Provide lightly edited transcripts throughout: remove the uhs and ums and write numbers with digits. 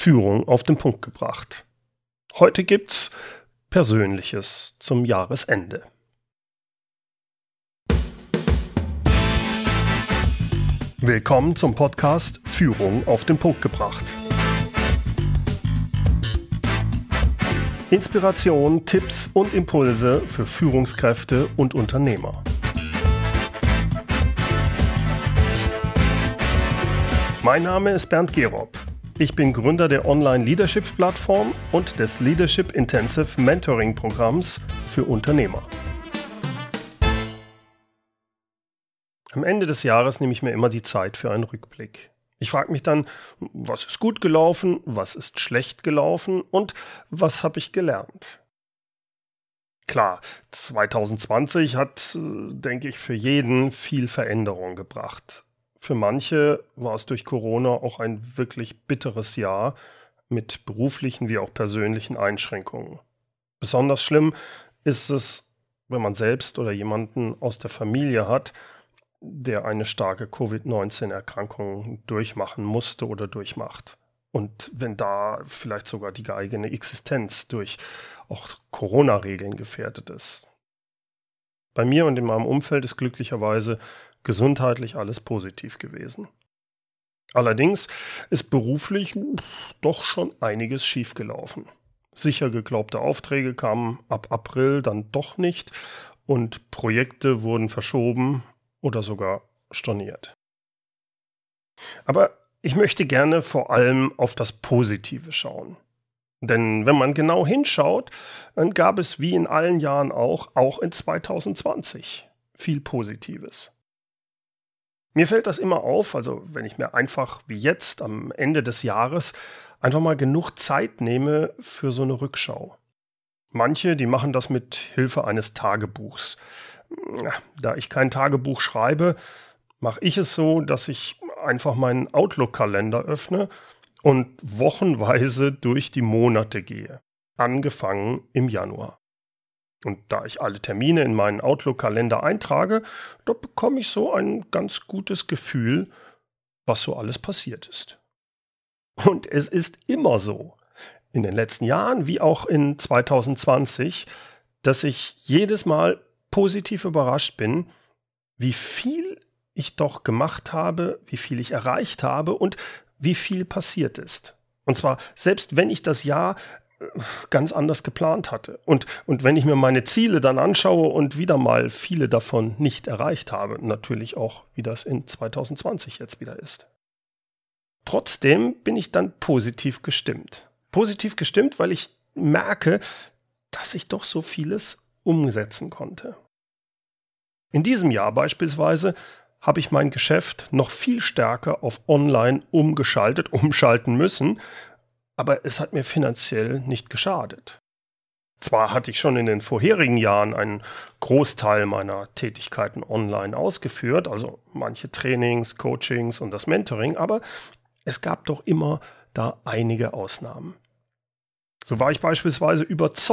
Führung auf den Punkt gebracht. Heute gibt's Persönliches zum Jahresende. Willkommen zum Podcast Führung auf den Punkt gebracht. Inspiration, Tipps und Impulse für Führungskräfte und Unternehmer. Mein Name ist Bernd Gerob. Ich bin Gründer der Online-Leadership-Plattform und des Leadership Intensive Mentoring-Programms für Unternehmer. Am Ende des Jahres nehme ich mir immer die Zeit für einen Rückblick. Ich frage mich dann, was ist gut gelaufen, was ist schlecht gelaufen und was habe ich gelernt? Klar, 2020 hat, denke ich, für jeden viel Veränderung gebracht. Für manche war es durch Corona auch ein wirklich bitteres Jahr mit beruflichen wie auch persönlichen Einschränkungen. Besonders schlimm ist es, wenn man selbst oder jemanden aus der Familie hat, der eine starke Covid-19-Erkrankung durchmachen musste oder durchmacht. Und wenn da vielleicht sogar die eigene Existenz durch auch Corona-Regeln gefährdet ist. Bei mir und in meinem Umfeld ist glücklicherweise gesundheitlich alles positiv gewesen. Allerdings ist beruflich doch schon einiges schiefgelaufen. Sicher geglaubte Aufträge kamen ab April dann doch nicht und Projekte wurden verschoben oder sogar storniert. Aber ich möchte gerne vor allem auf das Positive schauen. Denn wenn man genau hinschaut, dann gab es wie in allen Jahren auch in 2020 viel Positives. Mir fällt das immer auf, also wenn ich mir einfach wie jetzt am Ende des Jahres einfach mal genug Zeit nehme für so eine Rückschau. Manche, die machen das mit Hilfe eines Tagebuchs. Da ich kein Tagebuch schreibe, mache ich es so, dass ich einfach meinen Outlook-Kalender öffne und wochenweise durch die Monate gehe, angefangen im Januar. Und da ich alle Termine in meinen Outlook-Kalender eintrage, da bekomme ich so ein ganz gutes Gefühl, was so alles passiert ist. Und es ist immer so, in den letzten Jahren wie auch in 2020, dass ich jedes Mal positiv überrascht bin, wie viel ich doch gemacht habe, wie viel ich erreicht habe und wie viel passiert ist. Und zwar selbst wenn ich das Jahr ganz anders geplant hatte. Und wenn ich mir meine Ziele dann anschaue und wieder mal viele davon nicht erreicht habe, natürlich auch, wie das in 2020 jetzt wieder ist. Trotzdem bin ich dann positiv gestimmt. Positiv gestimmt, weil ich merke, dass ich doch so vieles umsetzen konnte. In diesem Jahr beispielsweise habe ich mein Geschäft noch viel stärker auf Online umschalten müssen, aber es hat mir finanziell nicht geschadet. Zwar hatte ich schon in den vorherigen Jahren einen Großteil meiner Tätigkeiten online ausgeführt, also manche Trainings, Coachings und das Mentoring, aber es gab doch immer da einige Ausnahmen. So war ich beispielsweise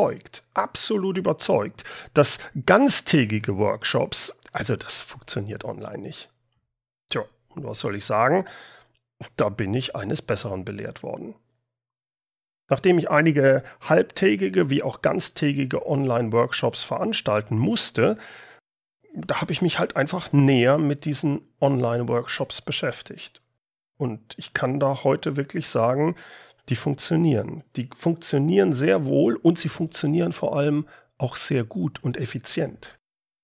absolut überzeugt, dass ganztägige Workshops, also das funktioniert online nicht. Tja, und was soll ich sagen? Da bin ich eines Besseren belehrt worden. Nachdem ich einige halbtägige wie auch ganztägige Online-Workshops veranstalten musste, da habe ich mich halt einfach näher mit diesen Online-Workshops beschäftigt. Und ich kann da heute wirklich sagen, die funktionieren. Die funktionieren sehr wohl und sie funktionieren vor allem auch sehr gut und effizient.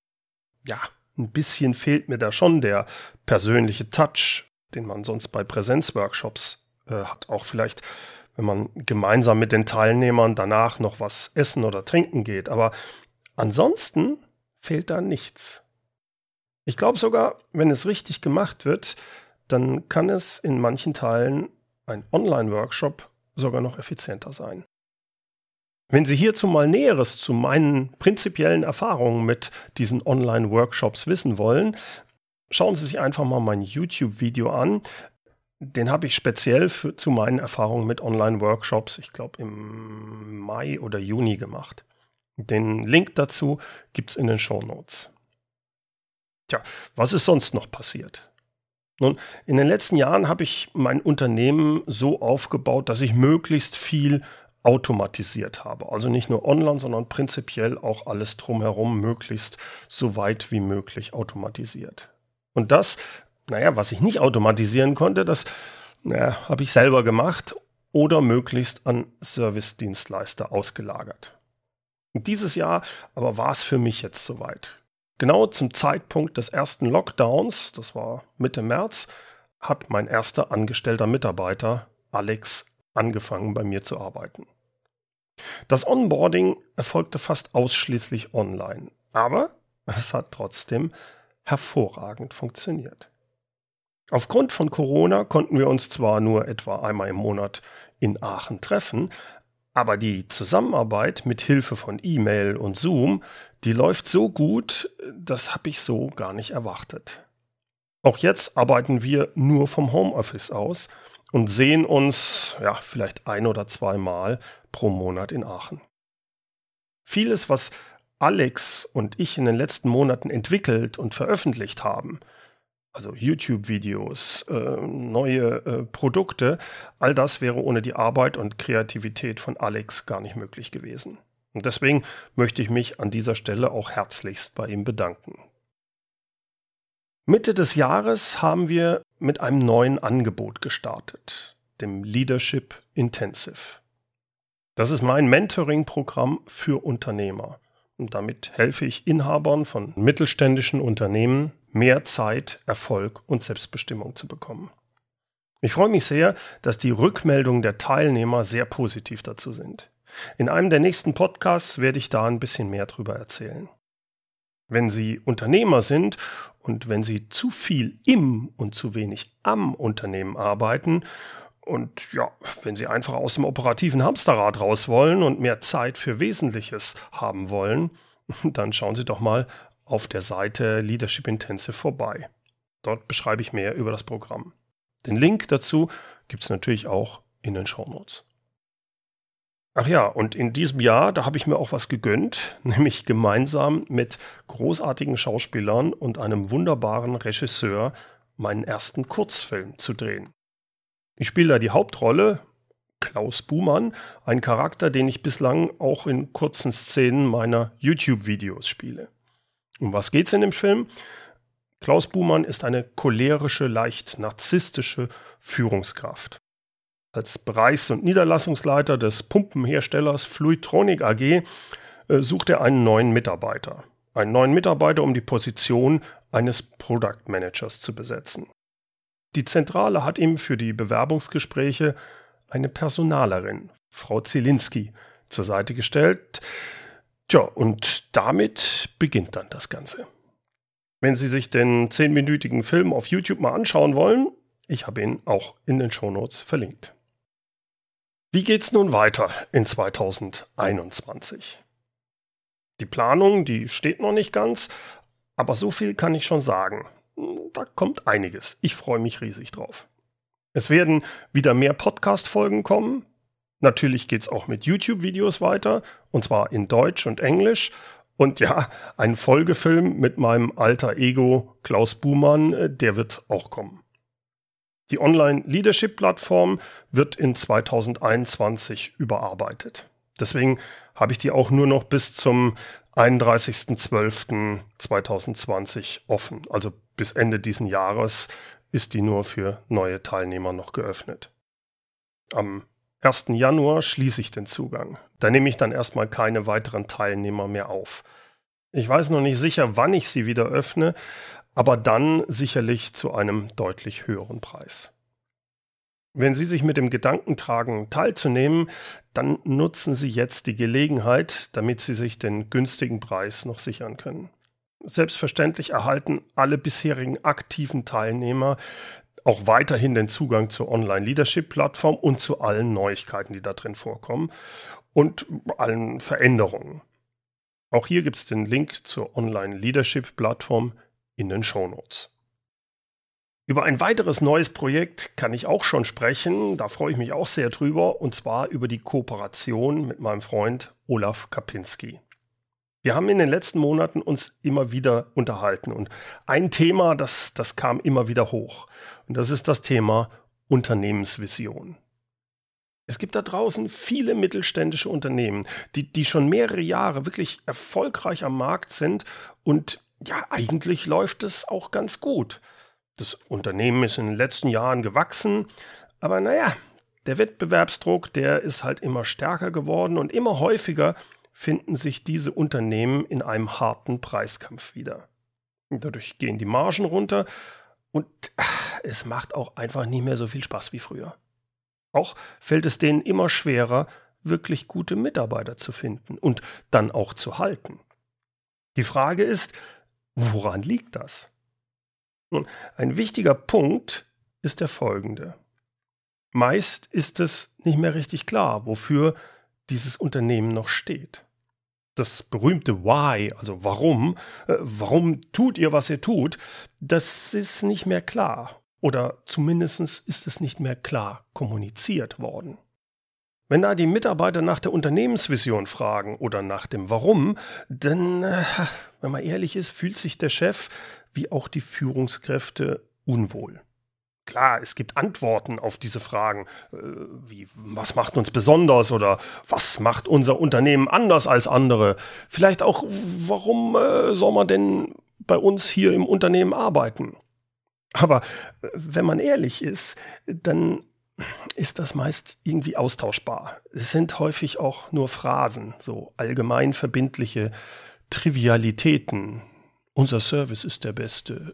Ja, ein bisschen fehlt mir da schon der persönliche Touch, den man sonst bei Präsenzworkshops hat. Auch vielleicht, wenn man gemeinsam mit den Teilnehmern danach noch was essen oder trinken geht. Aber ansonsten fehlt da nichts. Ich glaube sogar, wenn es richtig gemacht wird, dann kann es in manchen Teilen ein Online-Workshop sogar noch effizienter sein. Wenn Sie hierzu mal Näheres zu meinen prinzipiellen Erfahrungen mit diesen Online-Workshops wissen wollen, schauen Sie sich einfach mal mein YouTube-Video an. Den habe ich speziell zu meinen Erfahrungen mit Online-Workshops, ich glaube im Mai oder Juni gemacht. Den Link dazu gibt es in den Shownotes. Tja, was ist sonst noch passiert? Nun, in den letzten Jahren habe ich mein Unternehmen so aufgebaut, dass ich möglichst viel automatisiert habe. Also nicht nur online, sondern prinzipiell auch alles drumherum möglichst so weit wie möglich automatisiert. Und das, was ich nicht automatisieren konnte, das habe ich selber gemacht oder möglichst an Servicedienstleister ausgelagert. Und dieses Jahr aber war es für mich jetzt soweit. Genau zum Zeitpunkt des ersten Lockdowns, das war Mitte März, hat mein erster angestellter Mitarbeiter, Alex, angefangen bei mir zu arbeiten. Das Onboarding erfolgte fast ausschließlich online, aber es hat trotzdem hervorragend funktioniert. Aufgrund von Corona konnten wir uns zwar nur etwa einmal im Monat in Aachen treffen, aber die Zusammenarbeit mit Hilfe von E-Mail und Zoom, die läuft so gut, das habe ich so gar nicht erwartet. Auch jetzt arbeiten wir nur vom Homeoffice aus und sehen uns vielleicht 1 oder 2 Mal pro Monat in Aachen. Vieles, was Alex und ich in den letzten Monaten entwickelt und veröffentlicht haben, also YouTube-Videos, neue Produkte, all das wäre ohne die Arbeit und Kreativität von Alex gar nicht möglich gewesen. Und deswegen möchte ich mich an dieser Stelle auch herzlichst bei ihm bedanken. Mitte des Jahres haben wir mit einem neuen Angebot gestartet, dem Leadership Intensive. Das ist mein Mentoring-Programm für Unternehmer. Und damit helfe ich Inhabern von mittelständischen Unternehmen, mehr Zeit, Erfolg und Selbstbestimmung zu bekommen. Ich freue mich sehr, dass die Rückmeldungen der Teilnehmer sehr positiv dazu sind. In einem der nächsten Podcasts werde ich da ein bisschen mehr drüber erzählen. Wenn Sie Unternehmer sind und wenn Sie zu viel im und zu wenig am Unternehmen arbeiten und wenn Sie einfach aus dem operativen Hamsterrad raus wollen und mehr Zeit für Wesentliches haben wollen, dann schauen Sie doch mal auf der Seite Leadership Intensive vorbei. Dort beschreibe ich mehr über das Programm. Den Link dazu gibt es natürlich auch in den Shownotes. Ach ja, und in diesem Jahr, da habe ich mir auch was gegönnt, nämlich gemeinsam mit großartigen Schauspielern und einem wunderbaren Regisseur meinen ersten Kurzfilm zu drehen. Ich spiele da die Hauptrolle, Klaus Buhmann, ein Charakter, den ich bislang auch in kurzen Szenen meiner YouTube-Videos spiele. Um was geht's in dem Film? Klaus Buhmann ist eine cholerische, leicht narzisstische Führungskraft. Als Bereichs- und Niederlassungsleiter des Pumpenherstellers Fluidtronic AG sucht er einen neuen Mitarbeiter. Einen neuen Mitarbeiter, um die Position eines Product Managers zu besetzen. Die Zentrale hat ihm für die Bewerbungsgespräche eine Personalerin, Frau Zielinski, zur Seite gestellt. Und damit beginnt dann das Ganze. Wenn Sie sich den 10-minütigen Film auf YouTube mal anschauen wollen, ich habe ihn auch in den Shownotes verlinkt. Wie geht's nun weiter in 2021? Die Planung, die steht noch nicht ganz, aber so viel kann ich schon sagen. Da kommt einiges. Ich freue mich riesig drauf. Es werden wieder mehr Podcast-Folgen kommen. Natürlich geht's auch mit YouTube-Videos weiter, und zwar in Deutsch und Englisch. Und ein Folgefilm mit meinem alter Ego Klaus Buhmann, der wird auch kommen. Die Online-Leadership-Plattform wird in 2021 überarbeitet. Deswegen habe ich die auch nur noch bis zum 31.12.2020 offen. Also bis Ende diesen Jahres ist die nur für neue Teilnehmer noch geöffnet. Am 1. Januar schließe ich den Zugang. Da nehme ich dann erstmal keine weiteren Teilnehmer mehr auf. Ich weiß noch nicht sicher, wann ich sie wieder öffne, aber dann sicherlich zu einem deutlich höheren Preis. Wenn Sie sich mit dem Gedanken tragen, teilzunehmen, dann nutzen Sie jetzt die Gelegenheit, damit Sie sich den günstigen Preis noch sichern können. Selbstverständlich erhalten alle bisherigen aktiven Teilnehmer auch weiterhin den Zugang zur Online-Leadership-Plattform und zu allen Neuigkeiten, die da drin vorkommen und allen Veränderungen. Auch hier gibt es den Link zur Online-Leadership-Plattform in den Shownotes. Über ein weiteres neues Projekt kann ich auch schon sprechen, da freue ich mich auch sehr drüber, und zwar über die Kooperation mit meinem Freund Olaf Kapinski. Wir haben in den letzten Monaten uns immer wieder unterhalten und ein Thema, das kam immer wieder hoch. Und das ist das Thema Unternehmensvision. Es gibt da draußen viele mittelständische Unternehmen, die schon mehrere Jahre wirklich erfolgreich am Markt sind und ja, eigentlich läuft es auch ganz gut. Das Unternehmen ist in den letzten Jahren gewachsen, aber naja, der Wettbewerbsdruck, der ist halt immer stärker geworden und immer häufiger finden sich diese Unternehmen in einem harten Preiskampf wieder. Und dadurch gehen die Margen runter und es macht auch einfach nicht mehr so viel Spaß wie früher. Auch fällt es denen immer schwerer, wirklich gute Mitarbeiter zu finden und dann auch zu halten. Die Frage ist, woran liegt das? Nun, ein wichtiger Punkt ist der folgende. Meist ist es nicht mehr richtig klar, wofür dieses Unternehmen noch steht. Das berühmte Why, also warum tut ihr, was ihr tut, das ist nicht mehr klar. Oder zumindest ist es nicht mehr klar kommuniziert worden. Wenn da die Mitarbeiter nach der Unternehmensvision fragen oder nach dem Warum, dann, wenn man ehrlich ist, fühlt sich der Chef wie auch die Führungskräfte unwohl. Klar, es gibt Antworten auf diese Fragen, wie was macht uns besonders oder was macht unser Unternehmen anders als andere? Vielleicht auch, warum soll man denn bei uns hier im Unternehmen arbeiten? Aber wenn man ehrlich ist, dann ist das meist irgendwie austauschbar. Es sind häufig auch nur Phrasen, so allgemein verbindliche Trivialitäten. Unser Service ist der beste.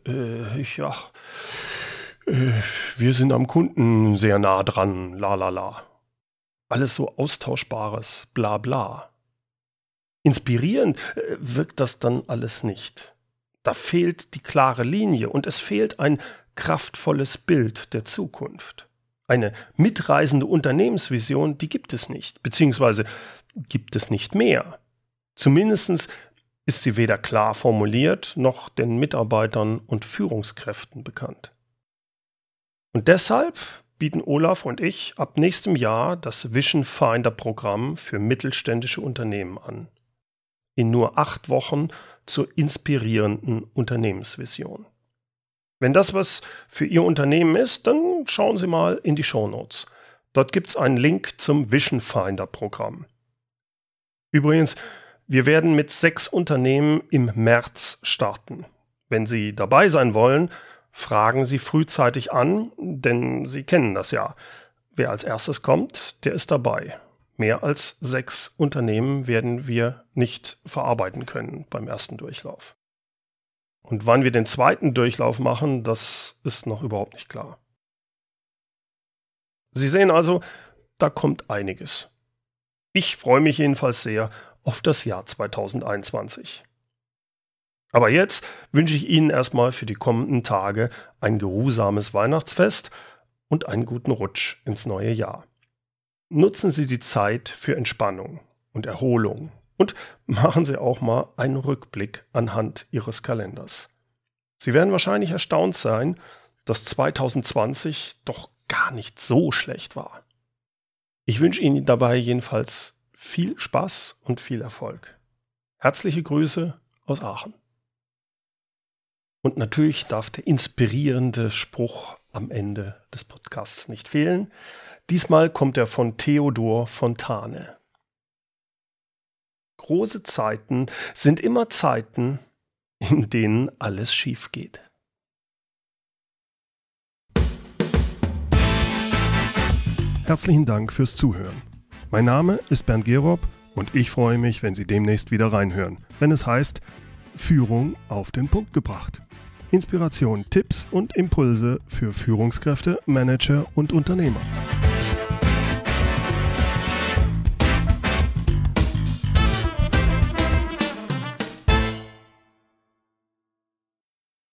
Wir sind am Kunden sehr nah dran, la. Alles so Austauschbares, bla bla. Inspirierend wirkt das dann alles nicht. Da fehlt die klare Linie und es fehlt ein kraftvolles Bild der Zukunft. Eine mitreißende Unternehmensvision, die gibt es nicht, beziehungsweise gibt es nicht mehr. Zumindest ist sie weder klar formuliert, noch den Mitarbeitern und Führungskräften bekannt. Und deshalb bieten Olaf und ich ab nächstem Jahr das Vision Finder Programm für mittelständische Unternehmen an. In nur 8 Wochen zur inspirierenden Unternehmensvision. Wenn das was für Ihr Unternehmen ist, dann schauen Sie mal in die Shownotes. Dort gibt es einen Link zum Vision Finder Programm. Übrigens, wir werden mit 6 Unternehmen im März starten. Wenn Sie dabei sein wollen, fragen Sie frühzeitig an, denn Sie kennen das ja. Wer als erstes kommt, der ist dabei. Mehr als 6 Unternehmen werden wir nicht verarbeiten können beim ersten Durchlauf. Und wann wir den zweiten Durchlauf machen, das ist noch überhaupt nicht klar. Sie sehen also, da kommt einiges. Ich freue mich jedenfalls sehr auf das Jahr 2021. Aber jetzt wünsche ich Ihnen erstmal für die kommenden Tage ein geruhsames Weihnachtsfest und einen guten Rutsch ins neue Jahr. Nutzen Sie die Zeit für Entspannung und Erholung und machen Sie auch mal einen Rückblick anhand Ihres Kalenders. Sie werden wahrscheinlich erstaunt sein, dass 2020 doch gar nicht so schlecht war. Ich wünsche Ihnen dabei jedenfalls viel Spaß und viel Erfolg. Herzliche Grüße aus Aachen. Und natürlich darf der inspirierende Spruch am Ende des Podcasts nicht fehlen. Diesmal kommt er von Theodor Fontane. Große Zeiten sind immer Zeiten, in denen alles schief geht. Herzlichen Dank fürs Zuhören. Mein Name ist Bernd Gerob und ich freue mich, wenn Sie demnächst wieder reinhören, wenn es heißt Führung auf den Punkt gebracht. Inspiration, Tipps und Impulse für Führungskräfte, Manager und Unternehmer.